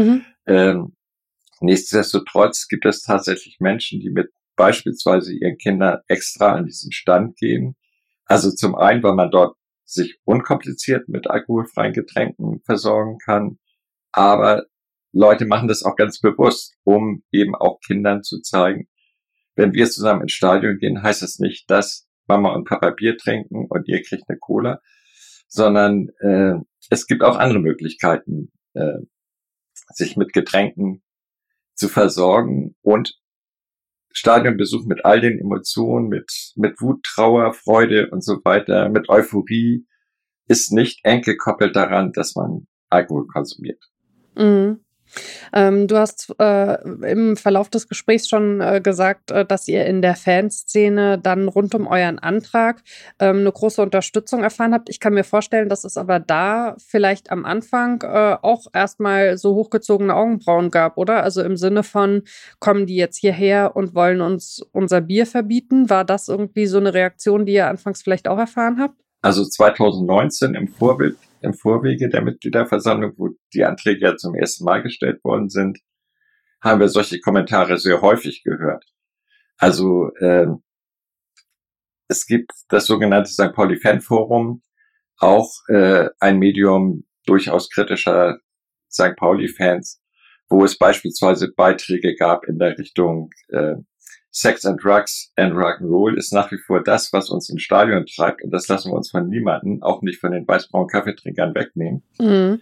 Nichtsdestotrotz gibt es tatsächlich Menschen, die mit beispielsweise ihren Kindern extra an diesen Stand gehen. Also zum einen, weil man dort sich unkompliziert mit alkoholfreien Getränken versorgen kann, aber Leute machen das auch ganz bewusst, um eben auch Kindern zu zeigen, wenn wir zusammen ins Stadion gehen, heißt das nicht, dass Mama und Papa Bier trinken und ihr kriegt eine Cola, sondern es gibt auch andere Möglichkeiten, sich mit Getränken zu versorgen und Stadionbesuch mit all den Emotionen, mit Wut, Trauer, Freude und so weiter, mit Euphorie ist nicht eng gekoppelt daran, dass man Alkohol konsumiert. Du hast im Verlauf des Gesprächs schon gesagt, dass ihr in der Fanszene dann rund um euren Antrag eine große Unterstützung erfahren habt. Ich kann mir vorstellen, dass es aber da vielleicht am Anfang auch erstmal so hochgezogene Augenbrauen gab, oder? Also im Sinne von, kommen die jetzt hierher und wollen uns unser Bier verbieten? War das irgendwie so eine Reaktion, die ihr anfangs vielleicht auch erfahren habt? Also 2019 im Vorwege der Mitgliederversammlung, wo die Anträge ja zum ersten Mal gestellt worden sind, haben wir solche Kommentare sehr häufig gehört. Also es gibt das sogenannte St. Pauli Fanforum, auch ein Medium durchaus kritischer St. Pauli-Fans, wo es beispielsweise Beiträge gab in der Richtung Sex and Drugs and Rock'n'Roll ist nach wie vor das, was uns ins Stadion treibt, und das lassen wir uns von niemandem, auch nicht von den weißbraunen Kaffeetrinkern, wegnehmen. Mhm.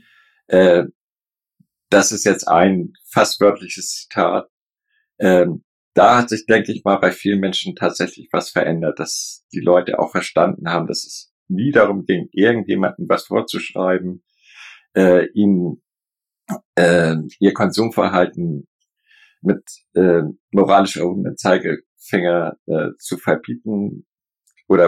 Das ist jetzt ein fast wörtliches Zitat. Da hat sich, denke ich mal, bei vielen Menschen tatsächlich was verändert, dass die Leute auch verstanden haben, dass es nie darum ging, irgendjemandem was vorzuschreiben, ihnen ihr Konsumverhalten mit moralisch erhobenem Zeigefinger zu verbieten oder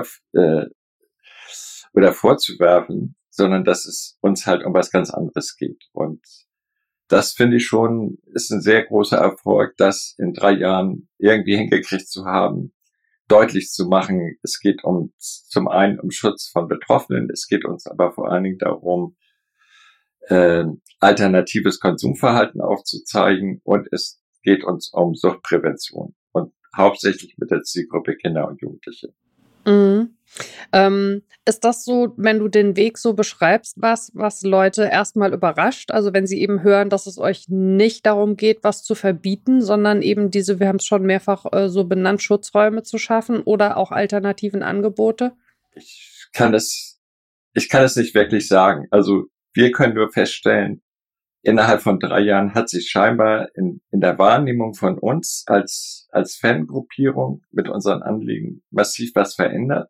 vorzuwerfen, sondern dass es uns halt um was ganz anderes geht. Und das finde ich schon, ist ein sehr großer Erfolg, das in 3 Jahren irgendwie hingekriegt zu haben, deutlich zu machen. Es geht zum einen um Schutz von Betroffenen, es geht uns aber vor allen Dingen darum, alternatives Konsumverhalten aufzuzeigen, und es geht uns um Suchtprävention und hauptsächlich mit der Zielgruppe Kinder und Jugendliche. Mhm. Ist das so, wenn du den Weg so beschreibst, was Leute erstmal überrascht? Also wenn sie eben hören, dass es euch nicht darum geht, was zu verbieten, sondern eben diese, wir haben es schon mehrfach so benannt, Schutzräume zu schaffen oder auch alternativen Angebote? Ich kann es nicht wirklich sagen. Also wir können nur feststellen, innerhalb von 3 Jahren hat sich scheinbar in der Wahrnehmung von uns als Fangruppierung mit unseren Anliegen massiv was verändert.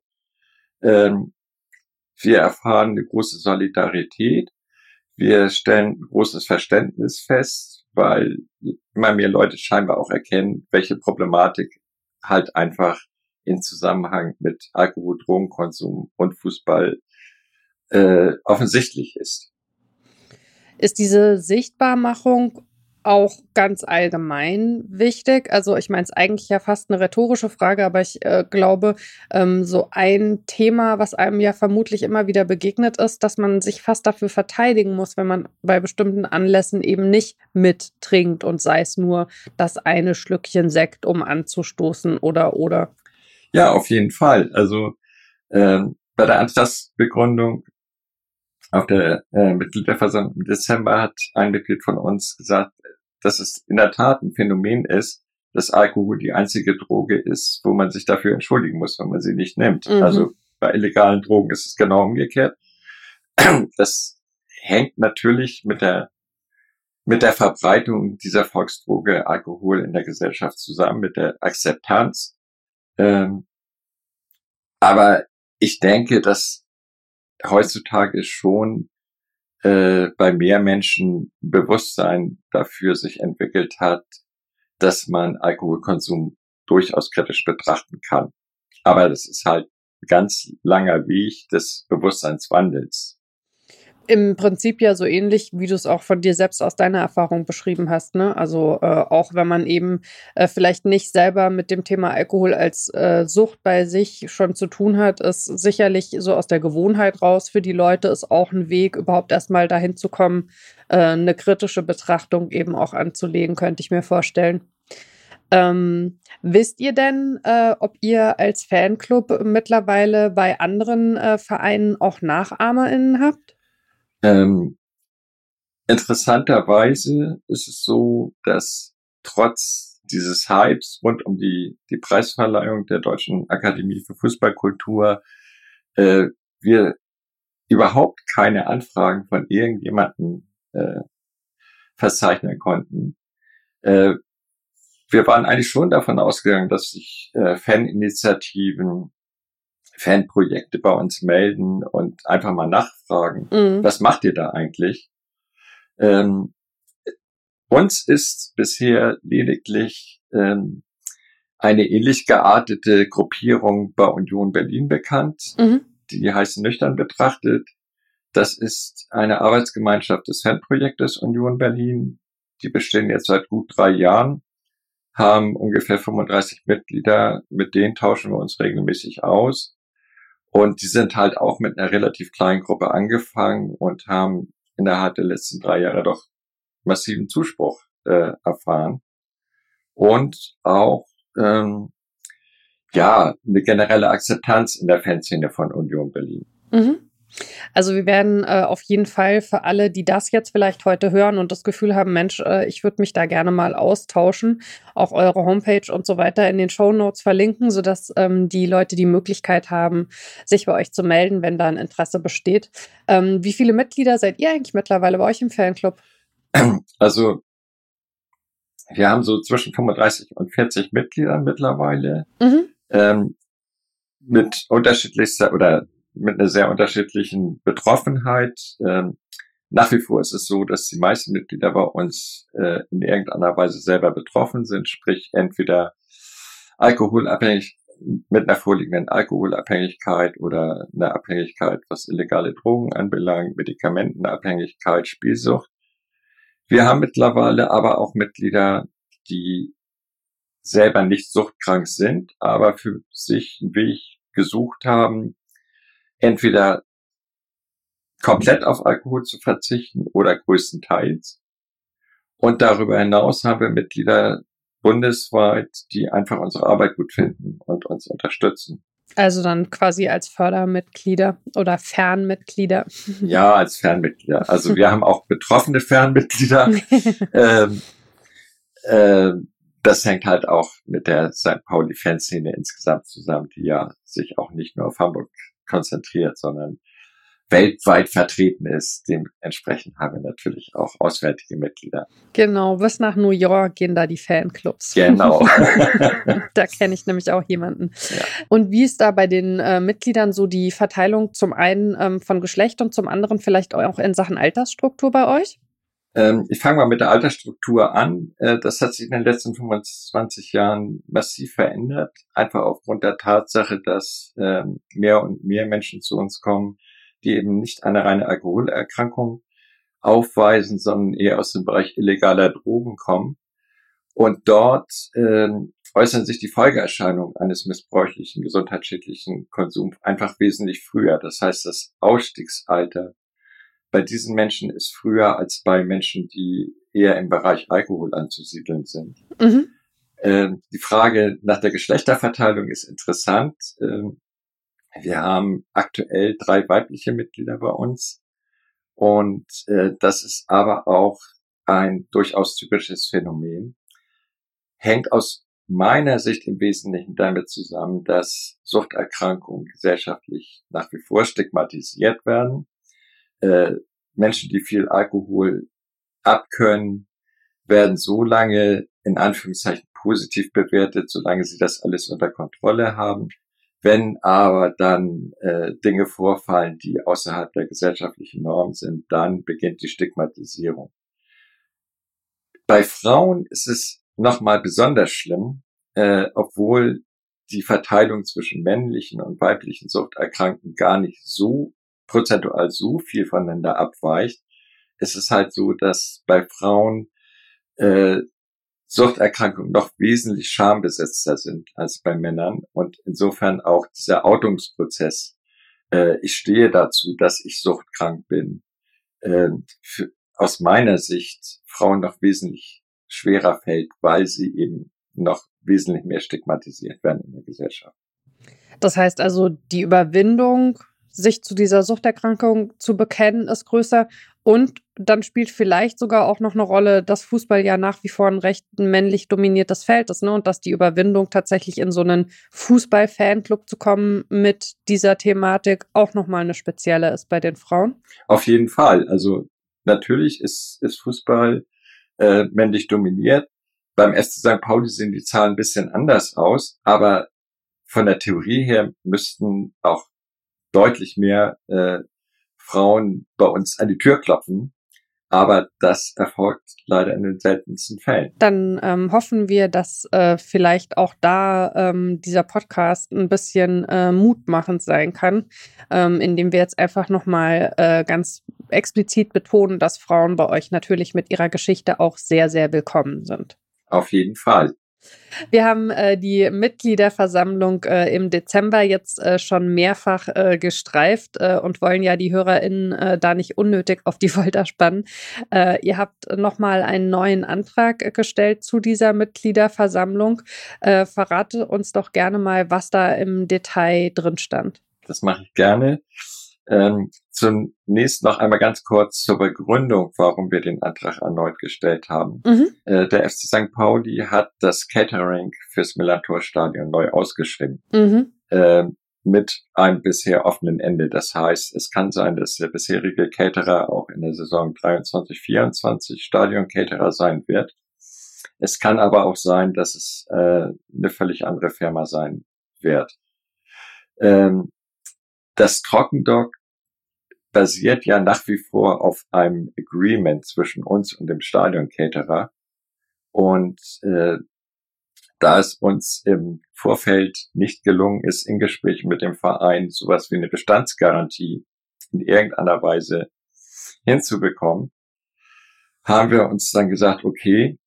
Wir erfahren eine große Solidarität. Wir stellen großes Verständnis fest, weil immer mehr Leute scheinbar auch erkennen, welche Problematik halt einfach in Zusammenhang mit Alkohol, Drogenkonsum und Fußball offensichtlich ist. Ist diese Sichtbarmachung auch ganz allgemein wichtig? Also ich meine, es ist eigentlich ja fast eine rhetorische Frage, aber ich glaube, so ein Thema, was einem ja vermutlich immer wieder begegnet ist, dass man sich fast dafür verteidigen muss, wenn man bei bestimmten Anlässen eben nicht mittrinkt und sei es nur das eine Schlückchen Sekt, um anzustoßen oder. Ja, auf jeden Fall. Also bei der Antragsbegründung auf der Mitgliederversammlung im Dezember hat ein Mitglied von uns gesagt, dass es in der Tat ein Phänomen ist, dass Alkohol die einzige Droge ist, wo man sich dafür entschuldigen muss, wenn man sie nicht nimmt. Mhm. Also bei illegalen Drogen ist es genau umgekehrt. Das hängt natürlich mit der Verbreitung dieser Volksdroge Alkohol in der Gesellschaft zusammen, mit der Akzeptanz. Aber ich denke, dass heutzutage schon bei mehr Menschen Bewusstsein dafür sich entwickelt hat, dass man Alkoholkonsum durchaus kritisch betrachten kann. Aber das ist halt ein ganz langer Weg des Bewusstseinswandels. Im Prinzip ja so ähnlich, wie du es auch von dir selbst aus deiner Erfahrung beschrieben hast, ne? Also auch wenn man eben vielleicht nicht selber mit dem Thema Alkohol als Sucht bei sich schon zu tun hat, ist sicherlich so aus der Gewohnheit raus für die Leute ist auch ein Weg, überhaupt erstmal dahin zu kommen, eine kritische Betrachtung eben auch anzulegen, könnte ich mir vorstellen. Wisst ihr denn, ob ihr als Fanclub mittlerweile bei anderen Vereinen auch NachahmerInnen habt? Interessanterweise ist es so, dass trotz dieses Hypes rund um die Preisverleihung der Deutschen Akademie für Fußballkultur wir überhaupt keine Anfragen von irgendjemandem verzeichnen konnten. Wir waren eigentlich schon davon ausgegangen, dass sich Faninitiativen, Fanprojekte bei uns melden und einfach mal nachfragen, was macht ihr da eigentlich? Uns ist bisher lediglich eine ähnlich geartete Gruppierung bei Union Berlin bekannt, die heißt Nüchtern betrachtet. Das ist eine Arbeitsgemeinschaft des Fanprojektes Union Berlin. Die bestehen jetzt seit gut 3 Jahren, haben ungefähr 35 Mitglieder, mit denen tauschen wir uns regelmäßig aus. Und die sind halt auch mit einer relativ kleinen Gruppe angefangen und haben innerhalb der letzten 3 Jahre doch massiven Zuspruch erfahren. Und auch eine generelle Akzeptanz in der Fanszene von Union Berlin. Also wir werden auf jeden Fall für alle, die das jetzt vielleicht heute hören und das Gefühl haben, Mensch, ich würde mich da gerne mal austauschen, auch eure Homepage und so weiter in den Shownotes verlinken, sodass die Leute die Möglichkeit haben, sich bei euch zu melden, wenn da ein Interesse besteht. Wie viele Mitglieder seid ihr eigentlich mittlerweile bei euch im Fanclub? Also wir haben so zwischen 35 und 40 Mitgliedern mittlerweile, mit unterschiedlichster oder mit einer sehr unterschiedlichen Betroffenheit. Nach wie vor ist es so, dass die meisten Mitglieder bei uns in irgendeiner Weise selber betroffen sind, sprich entweder alkoholabhängig mit einer vorliegenden Alkoholabhängigkeit oder einer Abhängigkeit, was illegale Drogen anbelangt, Medikamentenabhängigkeit, Spielsucht. Wir haben mittlerweile aber auch Mitglieder, die selber nicht suchtkrank sind, aber für sich einen Weg gesucht haben, entweder komplett auf Alkohol zu verzichten oder größtenteils. Und darüber hinaus haben wir Mitglieder bundesweit, die einfach unsere Arbeit gut finden und uns unterstützen. Also dann quasi als Fördermitglieder oder Fernmitglieder. Ja, als Fernmitglieder. Also wir haben auch betroffene Fernmitglieder. Das hängt halt auch mit der St. Pauli-Fanszene insgesamt zusammen, die ja sich auch nicht nur auf Hamburg konzentriert, sondern weltweit vertreten ist. Dementsprechend haben wir natürlich auch auswärtige Mitglieder. Genau, bis nach New York gehen da die Fanclubs. Genau. Da kenne ich nämlich auch jemanden. Ja. Und wie ist da bei den Mitgliedern so die Verteilung zum einen von Geschlecht und zum anderen vielleicht auch in Sachen Altersstruktur bei euch? Ich fange mal mit der Altersstruktur an. Das hat sich in den letzten 25 Jahren massiv verändert. Einfach aufgrund der Tatsache, dass mehr und mehr Menschen zu uns kommen, die eben nicht eine reine Alkoholerkrankung aufweisen, sondern eher aus dem Bereich illegaler Drogen kommen. Und dort äußern sich die Folgeerscheinungen eines missbräuchlichen, gesundheitsschädlichen Konsums einfach wesentlich früher. Das heißt, das Ausstiegsalter bei diesen Menschen ist früher als bei Menschen, die eher im Bereich Alkohol anzusiedeln sind. Mhm. Die Frage nach der Geschlechterverteilung ist interessant. Wir haben aktuell 3 weibliche Mitglieder bei uns und das ist aber auch ein durchaus typisches Phänomen. Hängt aus meiner Sicht im Wesentlichen damit zusammen, dass Suchterkrankungen gesellschaftlich nach wie vor stigmatisiert werden. Menschen, die viel Alkohol abkönnen, werden so lange in Anführungszeichen positiv bewertet, solange sie das alles unter Kontrolle haben. Wenn aber dann Dinge vorfallen, die außerhalb der gesellschaftlichen Norm sind, dann beginnt die Stigmatisierung. Bei Frauen ist es nochmal besonders schlimm, obwohl die Verteilung zwischen männlichen und weiblichen Suchterkrankten gar nicht so prozentual so viel voneinander abweicht. Es ist halt so, dass bei Frauen Suchterkrankungen noch wesentlich schambesetzter sind als bei Männern und insofern auch dieser Outungsprozess, ich stehe dazu, dass ich suchtkrank bin, aus meiner Sicht Frauen noch wesentlich schwerer fällt, weil sie eben noch wesentlich mehr stigmatisiert werden in der Gesellschaft. Das heißt also, die Überwindung, sich zu dieser Suchterkrankung zu bekennen, ist größer. Und dann spielt vielleicht sogar auch noch eine Rolle, dass Fußball ja nach wie vor ein recht männlich dominiertes Feld ist, ne? Und dass die Überwindung, tatsächlich in so einen Fußball-Fanclub zu kommen mit dieser Thematik, auch nochmal eine spezielle ist bei den Frauen. Auf jeden Fall. Also natürlich ist Fußball männlich dominiert. Beim FC St. Pauli sehen die Zahlen ein bisschen anders aus, aber von der Theorie her müssten auch deutlich mehr Frauen bei uns an die Tür klopfen. Aber das erfolgt leider in den seltensten Fällen. Dann hoffen wir, dass vielleicht auch da dieser Podcast ein bisschen mutmachend sein kann, indem wir jetzt einfach nochmal ganz explizit betonen, dass Frauen bei euch natürlich mit ihrer Geschichte auch sehr, sehr willkommen sind. Auf jeden Fall. Wir haben die Mitgliederversammlung im Dezember jetzt schon mehrfach gestreift und wollen ja die HörerInnen da nicht unnötig auf die Folter spannen. Ihr habt nochmal einen neuen Antrag gestellt zu dieser Mitgliederversammlung. Verrate uns doch gerne mal, was da im Detail drin stand. Das mache ich gerne. Zunächst noch einmal ganz kurz zur Begründung, warum wir den Antrag erneut gestellt haben. Der FC St. Pauli hat das Catering fürs Millerntor-Stadion neu ausgeschrieben. Mit einem bisher offenen Ende. Das heißt, es kann sein, dass der bisherige Caterer auch in der Saison 23/24 Stadion-Caterer sein wird. Es kann aber auch sein, dass es eine völlig andere Firma sein wird. Das Trockendock basiert ja nach wie vor auf einem Agreement zwischen uns und dem Stadion-Caterer. Und da es uns im Vorfeld nicht gelungen ist, in Gesprächen mit dem Verein sowas wie eine Bestandsgarantie in irgendeiner Weise hinzubekommen, haben wir uns dann gesagt, okay,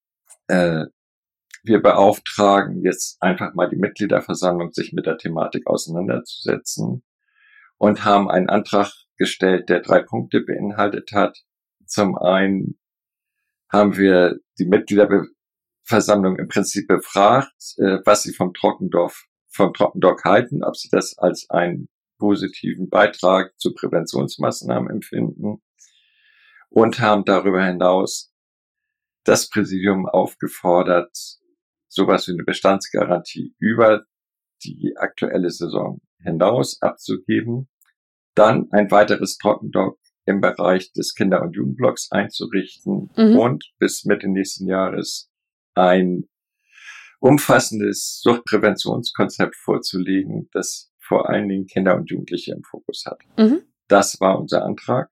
wir beauftragen jetzt einfach mal die Mitgliederversammlung, sich mit der Thematik auseinanderzusetzen und haben einen Antrag gestellt, der 3 Punkte beinhaltet hat. Zum einen haben wir die Mitgliederversammlung im Prinzip befragt, was sie vom Trockendock halten, ob sie das als einen positiven Beitrag zu Präventionsmaßnahmen empfinden, und haben darüber hinaus das Präsidium aufgefordert, sowas wie eine Bestandsgarantie über die aktuelle Saison hinaus abzugeben, dann ein weiteres Trockendock im Bereich des Kinder- und Jugendblocks einzurichten und bis Mitte nächsten Jahres ein umfassendes Suchtpräventionskonzept vorzulegen, das vor allen Dingen Kinder und Jugendliche im Fokus hat. Das war unser Antrag.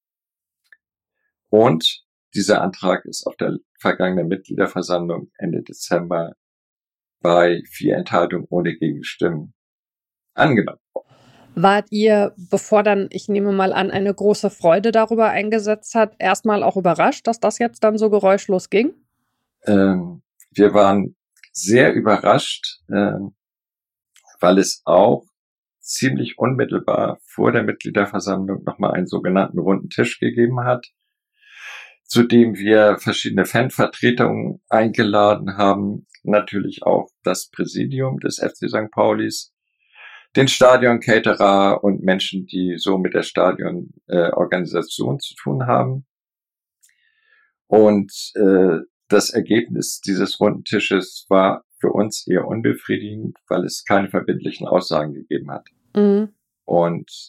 Und dieser Antrag ist auf der vergangenen Mitgliederversammlung Ende Dezember bei 4 Enthaltungen ohne Gegenstimmen angenommen worden. Wart ihr, bevor dann, ich nehme mal an, eine große Freude darüber eingesetzt hat, erstmal auch überrascht, dass das jetzt dann so geräuschlos ging? Wir waren sehr überrascht, weil es auch ziemlich unmittelbar vor der Mitgliederversammlung nochmal einen sogenannten runden Tisch gegeben hat, zu dem wir verschiedene Fanvertretungen eingeladen haben, natürlich auch das Präsidium des FC St. Paulis, den Stadion-Caterer und Menschen, die so mit der Stadionorganisation zu tun haben. Und das Ergebnis dieses runden Tisches war für uns eher unbefriedigend, weil es keine verbindlichen Aussagen gegeben hat. Und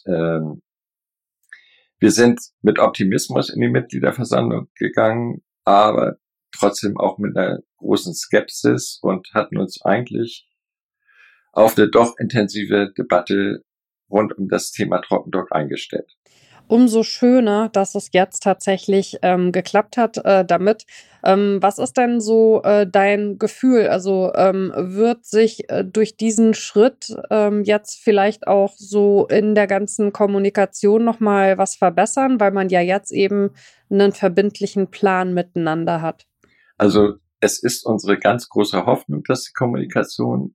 wir sind mit Optimismus in die Mitgliederversammlung gegangen, aber trotzdem auch mit einer großen Skepsis und hatten uns eigentlich auf eine doch intensive Debatte rund um das Thema Trockendock eingestellt. Umso schöner, dass es jetzt tatsächlich geklappt hat damit. Was ist denn so dein Gefühl? Also wird sich durch diesen Schritt jetzt vielleicht auch so in der ganzen Kommunikation nochmal was verbessern, weil man ja jetzt eben einen verbindlichen Plan miteinander hat? Also es ist unsere ganz große Hoffnung, dass die Kommunikation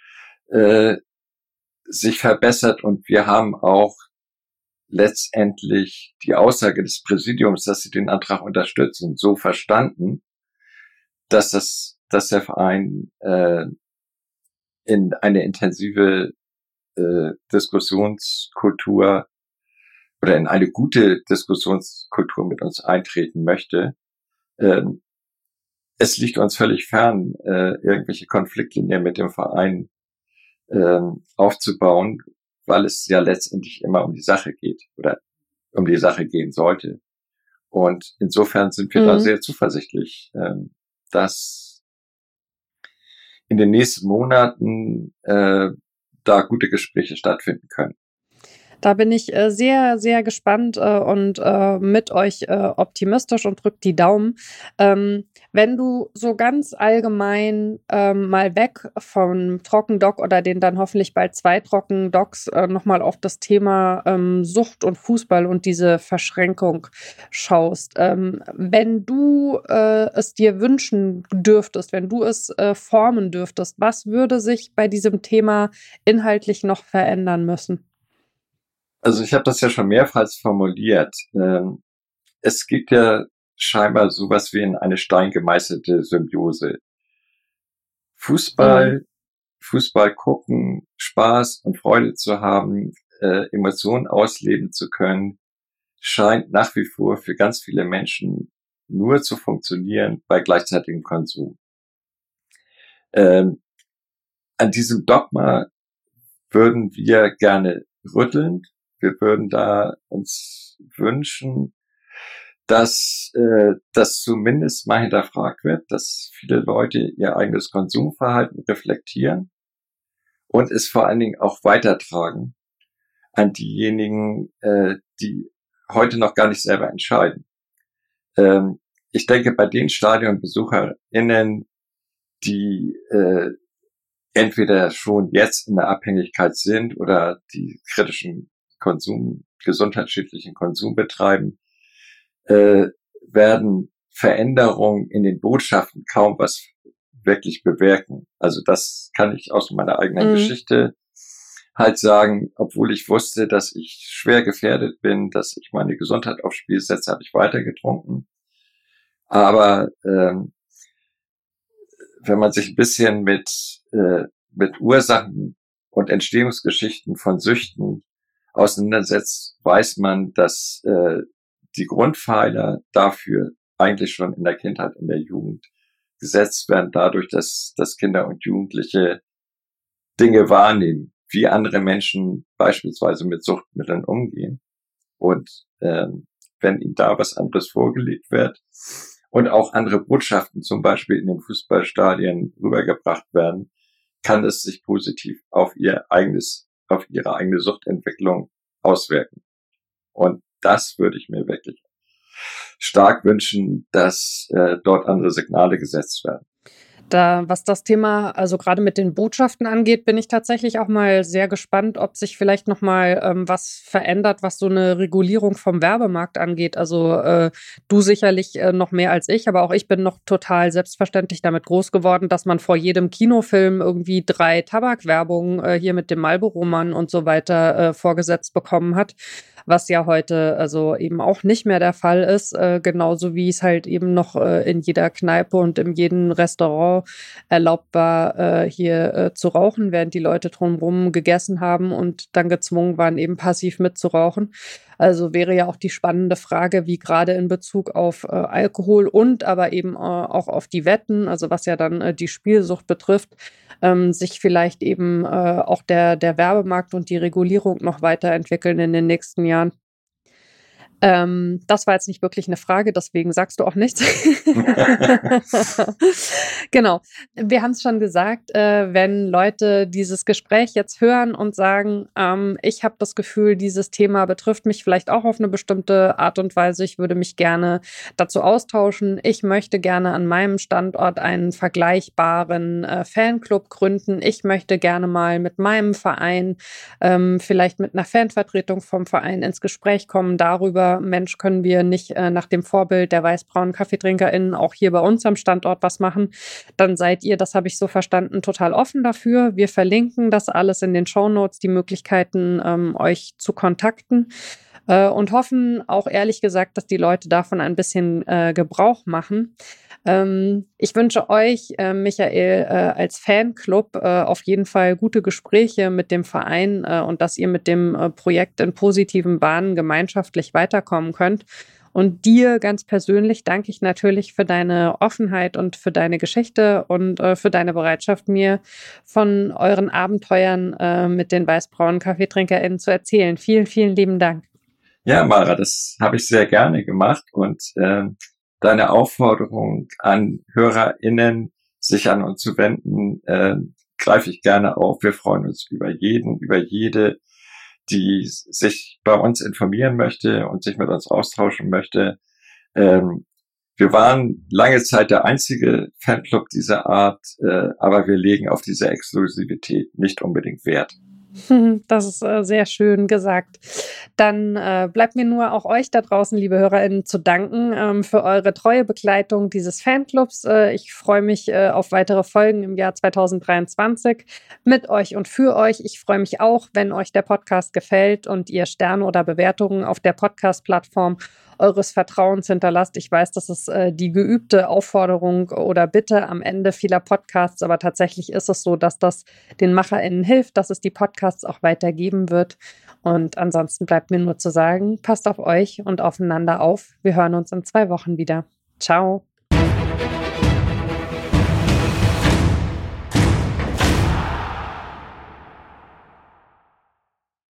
sich verbessert, und wir haben auch letztendlich die Aussage des Präsidiums, dass sie den Antrag unterstützen, so verstanden, dass der Verein in eine intensive Diskussionskultur oder in eine gute Diskussionskultur mit uns eintreten möchte. Es liegt uns völlig fern, irgendwelche Konfliktlinien mit dem Verein aufzubauen, weil es ja letztendlich immer um die Sache geht oder um die Sache gehen sollte. Und insofern sind wir da sehr zuversichtlich, dass in den nächsten Monaten da gute Gespräche stattfinden können. Da bin ich sehr, sehr gespannt und mit euch optimistisch und drück die Daumen. Wenn du so ganz allgemein mal weg vom Trockendock oder den dann hoffentlich bald 2 Trockendocks nochmal auf das Thema Sucht und Fußball und diese Verschränkung schaust. Wenn du es dir wünschen dürftest, wenn du es formen dürftest, was würde sich bei diesem Thema inhaltlich noch verändern müssen? Also ich habe das ja schon mehrfach formuliert. Es gibt ja scheinbar sowas wie in eine Stein gemeißelte Symbiose. Fußball gucken, Spaß und Freude zu haben, Emotionen ausleben zu können, scheint nach wie vor für ganz viele Menschen nur zu funktionieren bei gleichzeitigem Konsum. An diesem Dogma würden wir gerne rütteln. Wir würden da uns wünschen, dass das zumindest mal hinterfragt wird, dass viele Leute ihr eigenes Konsumverhalten reflektieren und es vor allen Dingen auch weitertragen an diejenigen, die heute noch gar nicht selber entscheiden. Ich denke, bei den StadionbesucherInnen, die entweder schon jetzt in der Abhängigkeit sind oder die kritischen gesundheitsschädlichen Konsum betreiben, werden Veränderungen in den Botschaften kaum was wirklich bewirken. Also das kann ich aus meiner eigenen Geschichte halt sagen, obwohl ich wusste, dass ich schwer gefährdet bin, dass ich meine Gesundheit aufs Spiel setze, habe ich weiter getrunken. Aber wenn man sich ein bisschen mit Ursachen und Entstehungsgeschichten von Süchten auseinandersetzt, weiß man, dass die Grundpfeiler dafür eigentlich schon in der Kindheit, in der Jugend gesetzt werden, dadurch, dass Kinder und Jugendliche Dinge wahrnehmen, wie andere Menschen beispielsweise mit Suchtmitteln umgehen. Und wenn ihnen da was anderes vorgelegt wird und auch andere Botschaften zum Beispiel in den Fußballstadien rübergebracht werden, kann es sich positiv auf ihre eigene Suchtentwicklung auswirken. Und das würde ich mir wirklich stark wünschen, dass dort andere Signale gesetzt werden. Was das Thema, also gerade mit den Botschaften angeht, bin ich tatsächlich auch mal sehr gespannt, ob sich vielleicht noch mal was verändert, was so eine Regulierung vom Werbemarkt angeht. Also du sicherlich noch mehr als ich, aber auch ich bin noch total selbstverständlich damit groß geworden, dass man vor jedem Kinofilm irgendwie 3 Tabakwerbungen hier mit dem Marlboro-Mann und so weiter vorgesetzt bekommen hat, was ja heute also eben auch nicht mehr der Fall ist, genauso wie es halt eben noch in jeder Kneipe und in jedem Restaurant erlaubt war, hier zu rauchen, während die Leute drumherum gegessen haben und dann gezwungen waren, eben passiv mitzurauchen. Also wäre ja auch die spannende Frage, wie gerade in Bezug auf Alkohol und aber eben auch auf die Wetten, also was ja dann die Spielsucht betrifft, sich vielleicht eben auch der Werbemarkt und die Regulierung noch weiterentwickeln in den nächsten Jahren. Das war jetzt nicht wirklich eine Frage, deswegen sagst du auch nichts. Genau. Wir haben es schon gesagt, wenn Leute dieses Gespräch jetzt hören und sagen, ich habe das Gefühl, dieses Thema betrifft mich vielleicht auch auf eine bestimmte Art und Weise. Ich würde mich gerne dazu austauschen. Ich möchte gerne an meinem Standort einen vergleichbaren Fanclub gründen. Ich möchte gerne mal mit meinem Verein, vielleicht mit einer Fanvertretung vom Verein ins Gespräch kommen darüber, Mensch, können wir nicht nach dem Vorbild der weißbraunen KaffeetrinkerInnen auch hier bei uns am Standort was machen, dann seid ihr, das habe ich so verstanden, total offen dafür. Wir verlinken das alles in den Shownotes, die Möglichkeiten, euch zu kontakten und hoffen auch ehrlich gesagt, dass die Leute davon ein bisschen Gebrauch machen. Ich wünsche euch, Michael, als Fanclub auf jeden Fall gute Gespräche mit dem Verein und dass ihr mit dem Projekt in positiven Bahnen gemeinschaftlich weiterkommen könnt. Und dir ganz persönlich danke ich natürlich für deine Offenheit und für deine Geschichte und für deine Bereitschaft, mir von euren Abenteuern mit den weißbraunen KaffeetrinkerInnen zu erzählen. Vielen, vielen lieben Dank. Ja, Mara, das habe ich sehr gerne gemacht und deine Aufforderung an HörerInnen, sich an uns zu wenden, greife ich gerne auf. Wir freuen uns über jeden, über jede, die sich bei uns informieren möchte und sich mit uns austauschen möchte. Wir waren lange Zeit der einzige Fanclub dieser Art, aber wir legen auf diese Exklusivität nicht unbedingt Wert. Das ist sehr schön gesagt. Dann bleibt mir nur auch euch da draußen, liebe HörerInnen, zu danken für eure treue Begleitung dieses Fanclubs. Ich freue mich auf weitere Folgen im Jahr 2023 mit euch und für euch. Ich freue mich auch, wenn euch der Podcast gefällt und ihr Sterne oder Bewertungen auf der Podcast-Plattform eures Vertrauens hinterlasst. Ich weiß, das ist die geübte Aufforderung oder Bitte am Ende vieler Podcasts, aber tatsächlich ist es so, dass das den MacherInnen hilft, dass es die Podcasts auch weitergeben wird. Und ansonsten bleibt mir nur zu sagen, passt auf euch und aufeinander auf. Wir hören uns in 2 Wochen wieder. Ciao.